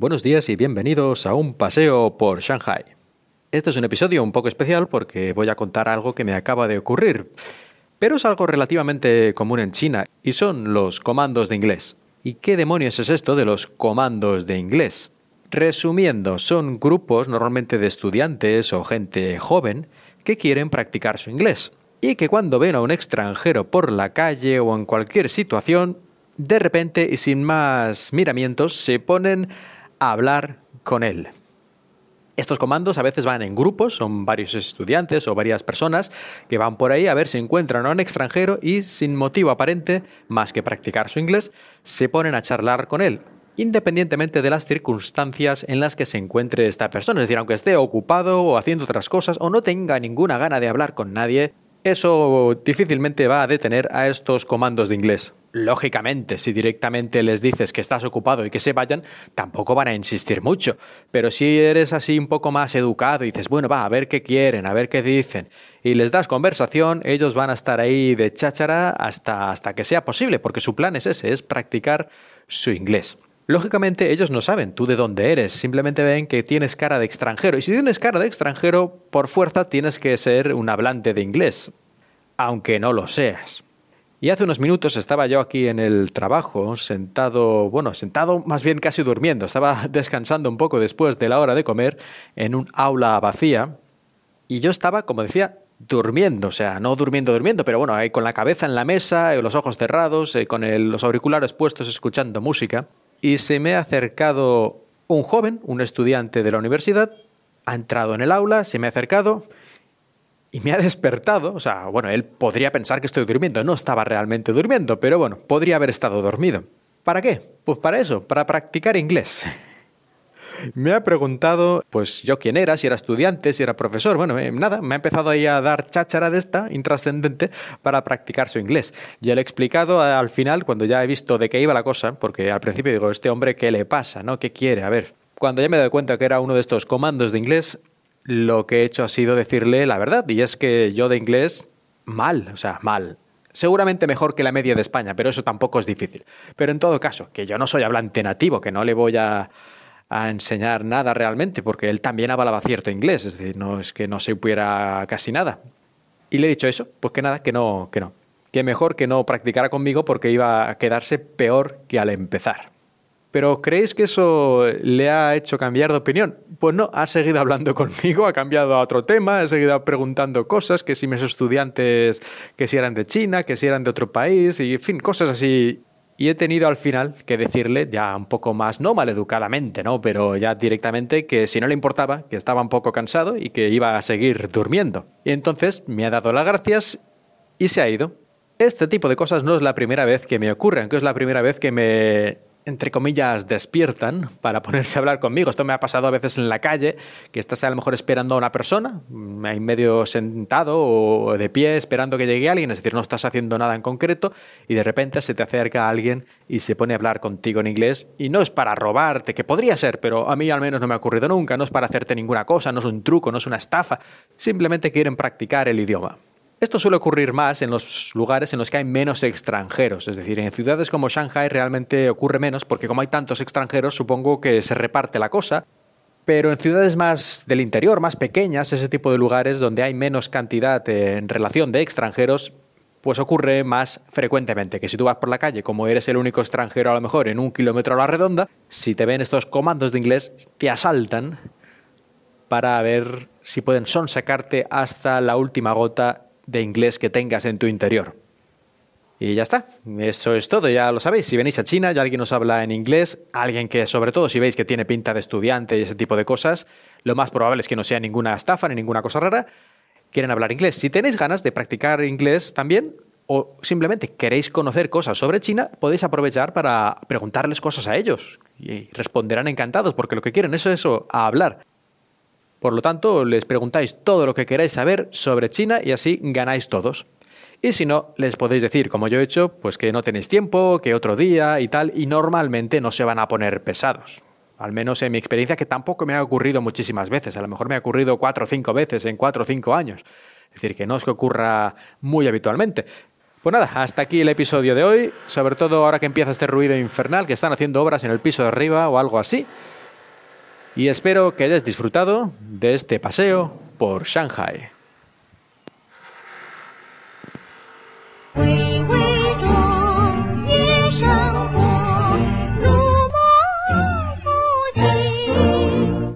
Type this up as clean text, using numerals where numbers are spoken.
buenos días y bienvenidos a un paseo por Shanghai. Este es un episodio un poco especial porque voy a contar algo que me acaba de ocurrir, pero es algo relativamente común en China y son los comandos de inglés. ¿Y qué demonios es esto de los comandos de inglés? Resumiendo, son grupos normalmente de estudiantes o gente joven que quieren practicar su inglés y que cuando ven a un extranjero por la calle o en cualquier situación, de repente y sin más miramientos se ponen a hablar con él. Estos comandos a veces van en grupos, son varios estudiantes o varias personas que van por ahí a ver si encuentran a un extranjero y sin motivo aparente, más que practicar su inglés, se ponen a charlar con él, independientemente de las circunstancias en las que se encuentre esta persona. Es decir, aunque esté ocupado o haciendo otras cosas o no tenga ninguna gana de hablar con nadie, eso difícilmente va a detener a estos comandos de inglés. Lógicamente, si directamente les dices que estás ocupado y que se vayan, tampoco van a insistir mucho. Pero si eres así un poco más educado y dices, bueno, va, a ver qué quieren, a ver qué dicen, y les das conversación, ellos van a estar ahí de cháchara hasta que sea posible, porque su plan es ese, es practicar su inglés. Lógicamente ellos no saben tú de dónde eres, simplemente ven que tienes cara de extranjero. Y si tienes cara de extranjero, por fuerza tienes que ser un hablante de inglés, aunque no lo seas. Y hace unos minutos estaba yo aquí en el trabajo, sentado más bien casi durmiendo. Estaba descansando un poco después de la hora de comer en un aula vacía. Y yo estaba, como decía, durmiendo, o sea, no durmiendo, pero bueno, ahí con la cabeza en la mesa, los ojos cerrados, con los auriculares puestos escuchando música. Y se me ha acercado un joven, un estudiante de la universidad, ha entrado en el aula, se me ha acercado y me ha despertado. O sea, bueno, él podría pensar que estoy durmiendo, no estaba realmente durmiendo, pero bueno, podría haber estado dormido. ¿Para qué? Pues para eso, para practicar inglés. Me ha preguntado, pues yo quién era, si era estudiante, si era profesor. Bueno, nada, me ha empezado ahí a dar cháchara de esta, intrascendente, para practicar su inglés. Ya le he explicado al final, cuando ya he visto de qué iba la cosa, porque al principio digo, este hombre, ¿qué le pasa? ¿No? ¿Qué quiere? A ver, cuando ya me doy cuenta que era uno de estos comandos de inglés, lo que he hecho ha sido decirle la verdad, y es que yo de inglés, mal. Seguramente mejor que la media de España, pero eso tampoco es difícil. Pero en todo caso, que yo no soy hablante nativo, que no le voy a enseñar nada realmente, porque él también hablaba cierto inglés, es decir, no es que no supiera casi nada. Y le he dicho eso, pues que nada, que no. Que mejor que no practicara conmigo porque iba a quedarse peor que al empezar. ¿Pero creéis que eso le ha hecho cambiar de opinión? Pues no, ha seguido hablando conmigo, ha cambiado a otro tema, ha seguido preguntando cosas, que si mis estudiantes, que si eran de China, que si eran de otro país, y en fin, cosas así. Y he tenido al final que decirle, ya un poco más, no maleducadamente, ¿no? Pero ya directamente que si no le importaba, que estaba un poco cansado y que iba a seguir durmiendo. Y entonces me ha dado las gracias y se ha ido. Este tipo de cosas no es la primera vez que me ocurre, aunque es la primera vez que me, entre comillas, despiertan para ponerse a hablar conmigo. Esto me ha pasado a veces en la calle, que estás a lo mejor esperando a una persona, ahí medio sentado o de pie esperando que llegue alguien, es decir, no estás haciendo nada en concreto y de repente se te acerca alguien y se pone a hablar contigo en inglés y no es para robarte, que podría ser, pero a mí al menos no me ha ocurrido nunca, no es para hacerte ninguna cosa, no es un truco, no es una estafa, simplemente quieren practicar el idioma. Esto suele ocurrir más en los lugares en los que hay menos extranjeros, es decir, en ciudades como Shanghai realmente ocurre menos porque como hay tantos extranjeros supongo que se reparte la cosa, pero en ciudades más del interior, más pequeñas, ese tipo de lugares donde hay menos cantidad en relación de extranjeros, pues ocurre más frecuentemente, que si tú vas por la calle, como eres el único extranjero a lo mejor en 1 kilómetro a la redonda, si te ven estos comandos de inglés, te asaltan para ver si pueden sonsacarte hasta la última gota de inglés que tengas en tu interior. Y ya está, eso es todo, ya lo sabéis. Si venís a China y alguien os habla en inglés, alguien que sobre todo si veis que tiene pinta de estudiante y ese tipo de cosas, lo más probable es que no sea ninguna estafa ni ninguna cosa rara, quieren hablar inglés. Si tenéis ganas de practicar inglés también, o simplemente queréis conocer cosas sobre China, podéis aprovechar para preguntarles cosas a ellos y responderán encantados porque lo que quieren es eso, a hablar. Por lo tanto, les preguntáis todo lo que queráis saber sobre China y así ganáis todos. Y si no, les podéis decir, como yo he hecho, pues que no tenéis tiempo, que otro día y tal, y normalmente no se van a poner pesados. Al menos en mi experiencia, que tampoco me ha ocurrido muchísimas veces. A lo mejor me ha ocurrido 4 o 5 veces en 4 o 5 años. Es decir, que no es que ocurra muy habitualmente. Pues nada, hasta aquí el episodio de hoy. Sobre todo ahora que empieza este ruido infernal, que están haciendo obras en el piso de arriba o algo así. y espero que hayas disfrutado de este paseo por Shanghai.